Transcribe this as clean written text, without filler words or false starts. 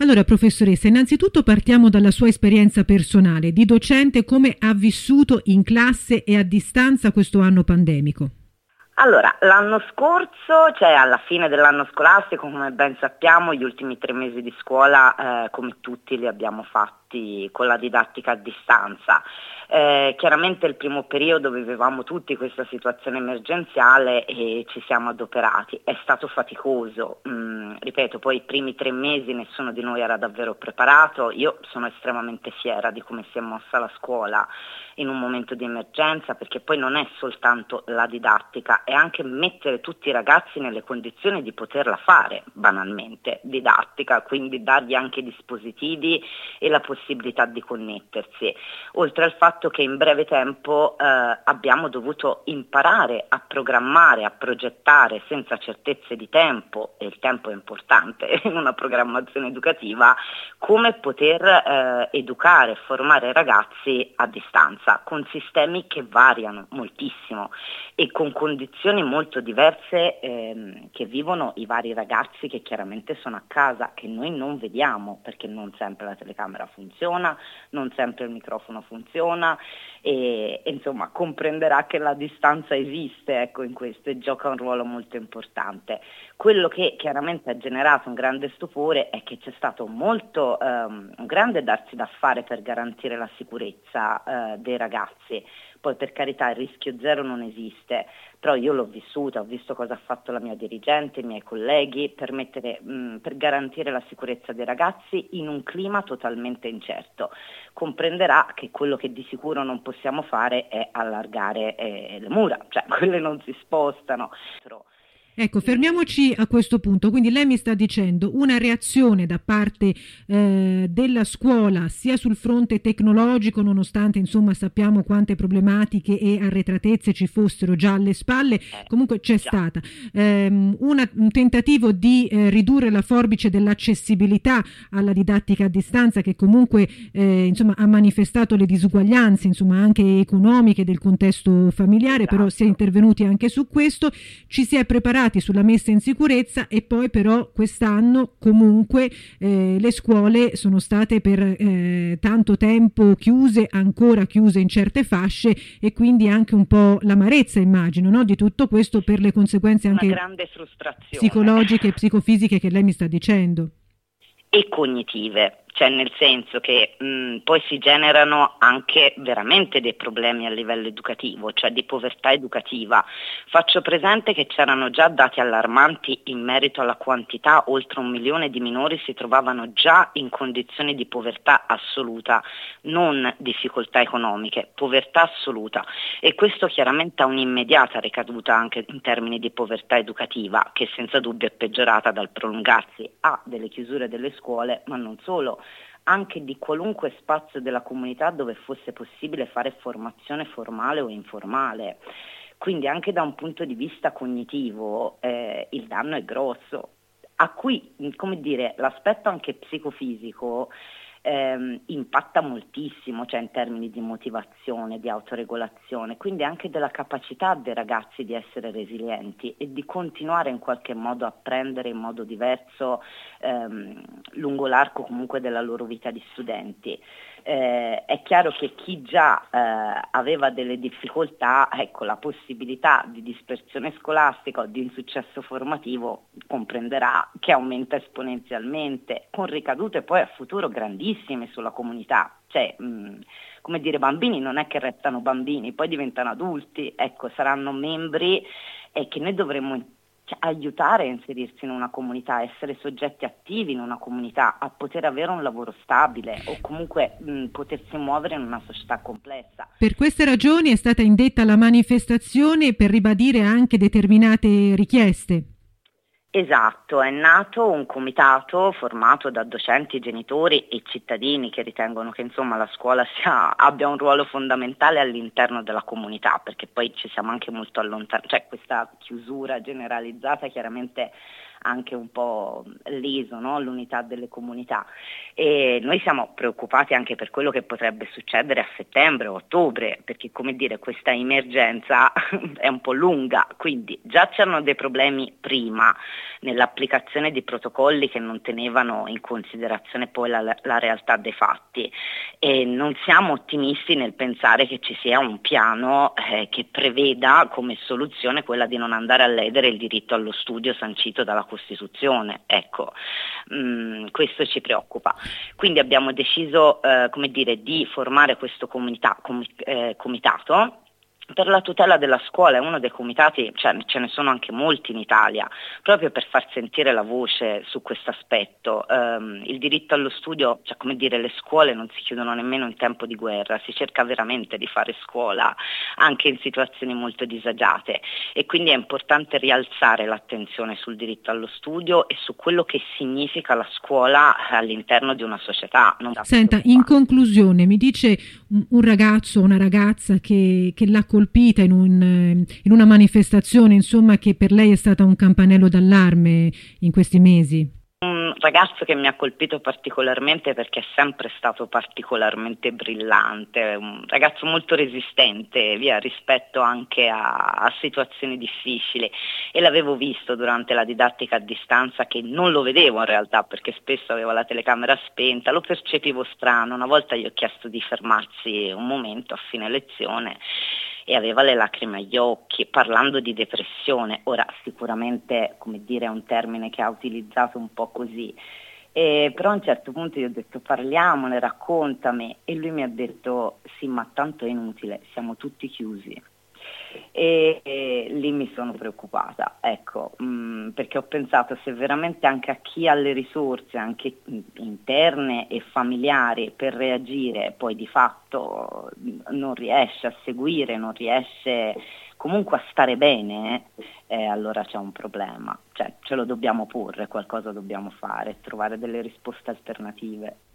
Allora, professoressa, innanzitutto partiamo dalla sua esperienza personale di docente, come ha vissuto in classe e a distanza questo anno pandemico. Allora, l'anno scorso, cioè alla fine dell'anno scolastico, come ben sappiamo, gli ultimi 3 mesi di scuola, come tutti, li abbiamo fatti con la didattica a distanza. Chiaramente il primo periodo vivevamo tutti questa situazione emergenziale e ci siamo adoperati. È stato faticoso, ripeto, poi i primi 3 mesi nessuno di noi era davvero preparato. Io sono estremamente fiera di come si è mossa la scuola in un momento di emergenza, perché poi non è soltanto la didattica, è anche mettere tutti i ragazzi nelle condizioni di poterla fare, banalmente, didattica, quindi dargli anche i dispositivi e la possibilità di connettersi, oltre al fatto che in breve tempo abbiamo dovuto imparare a programmare, a progettare senza certezze di tempo, e il tempo è importante in una programmazione educativa, come poter educare e formare i ragazzi a distanza, con sistemi che variano moltissimo e con condizioni molto diverse che vivono i vari ragazzi che chiaramente sono a casa, che noi non vediamo perché non sempre la telecamera funziona, non sempre il microfono funziona e insomma comprenderà che la distanza esiste, ecco, in questo, e gioca un ruolo molto importante. Quello che chiaramente ha generato un grande stupore è che c'è stato molto un grande darsi da fare per garantire la sicurezza dei ragazzi. Poi per carità il rischio zero non esiste, però io l'ho vissuta, ho visto cosa ha fatto la mia dirigente, i miei colleghi per garantire la sicurezza dei ragazzi in un clima totalmente incerto. Comprenderà che quello che di sicuro non possiamo fare è allargare le mura, cioè quelle non si spostano. Ecco, fermiamoci a questo punto. Quindi lei mi sta dicendo una reazione da parte della scuola sia sul fronte tecnologico, nonostante insomma sappiamo quante problematiche e arretratezze ci fossero già alle spalle, comunque c'è stata un tentativo di ridurre la forbice dell'accessibilità alla didattica a distanza, che comunque insomma ha manifestato le disuguaglianze insomma anche economiche del contesto familiare, però si è intervenuti anche su questo, ci si è preparati sulla messa in sicurezza, e poi però quest'anno comunque le scuole sono state per tanto tempo chiuse, ancora chiuse in certe fasce, e quindi anche un po' l'amarezza, immagino, no? Di tutto questo per le conseguenze anche grande frustrazione psicologiche e psicofisiche che lei mi sta dicendo. E cognitive, cioè nel senso che poi si generano anche veramente dei problemi a livello educativo, cioè di povertà educativa. Faccio presente che c'erano già dati allarmanti in merito alla quantità, oltre 1 milione di minori si trovavano già in condizioni di povertà assoluta, non difficoltà economiche, povertà assoluta, e questo chiaramente ha un'immediata ricaduta anche in termini di povertà educativa, che senza dubbio è peggiorata dal prolungarsi delle chiusure delle scuole, ma non solo, anche di qualunque spazio della comunità dove fosse possibile fare formazione formale o informale. Quindi anche da un punto di vista cognitivo il danno è grosso, a cui, come dire, l'aspetto anche psicofisico impatta moltissimo, cioè in termini di motivazione, di autoregolazione, quindi anche della capacità dei ragazzi di essere resilienti e di continuare in qualche modo a apprendere in modo diverso lungo l'arco comunque della loro vita di studenti. È chiaro che chi già aveva delle difficoltà, ecco, la possibilità di dispersione scolastica o di insuccesso formativo comprenderà che aumenta esponenzialmente, con ricadute poi a futuro grandissime sulla comunità. Cioè, come dire, bambini non è che restano bambini, poi diventano adulti, ecco, saranno membri che noi dovremmo aiutare a inserirsi in una comunità, essere soggetti attivi in una comunità, a poter avere un lavoro stabile o comunque potersi muovere in una società complessa. Per queste ragioni è stata indetta la manifestazione per ribadire anche determinate richieste. Esatto, è nato un comitato formato da docenti, genitori e cittadini che ritengono che insomma la scuola abbia un ruolo fondamentale all'interno della comunità, perché poi ci siamo anche molto allontanati, cioè questa chiusura generalizzata chiaramente anche un po' leso, no? L'unità delle comunità, e noi siamo preoccupati anche per quello che potrebbe succedere a settembre o ottobre, perché come dire questa emergenza è un po' lunga, quindi già c'erano dei problemi prima nell'applicazione di protocolli che non tenevano in considerazione poi la realtà dei fatti, e non siamo ottimisti nel pensare che ci sia un piano che preveda come soluzione quella di non andare a ledere il diritto allo studio sancito dalla Costituzione. Ecco, questo ci preoccupa. Quindi abbiamo deciso di formare questo comitato per la tutela della scuola. È uno dei comitati, cioè ce ne sono anche molti in Italia, proprio per far sentire la voce su questo aspetto. Il diritto allo studio, cioè le scuole non si chiudono nemmeno in tempo di guerra, si cerca veramente di fare scuola anche in situazioni molto disagiate, e quindi è importante rialzare l'attenzione sul diritto allo studio e su quello che significa la scuola all'interno di una società. Senta, in conclusione, mi dice un ragazzo o una ragazza che l'ha colpita in una manifestazione, insomma, che per lei è stata un campanello d'allarme in questi mesi. Un ragazzo che mi ha colpito particolarmente perché è sempre stato particolarmente brillante, un ragazzo molto resistente rispetto anche a situazioni difficili, e l'avevo visto durante la didattica a distanza, che non lo vedevo in realtà perché spesso aveva la telecamera spenta, lo percepivo strano. Una volta gli ho chiesto di fermarsi un momento a fine lezione e aveva le lacrime agli occhi, parlando di depressione. Ora sicuramente, è un termine che ha utilizzato un po' così, però a un certo punto gli ho detto parliamone, raccontami, e lui mi ha detto sì, ma tanto è inutile, siamo tutti chiusi. E lì mi sono preoccupata, ecco, perché ho pensato, se veramente anche a chi ha le risorse anche interne e familiari per reagire poi di fatto non riesce a seguire, non riesce comunque a stare bene, allora c'è un problema, cioè ce lo dobbiamo porre, qualcosa dobbiamo fare, trovare delle risposte alternative.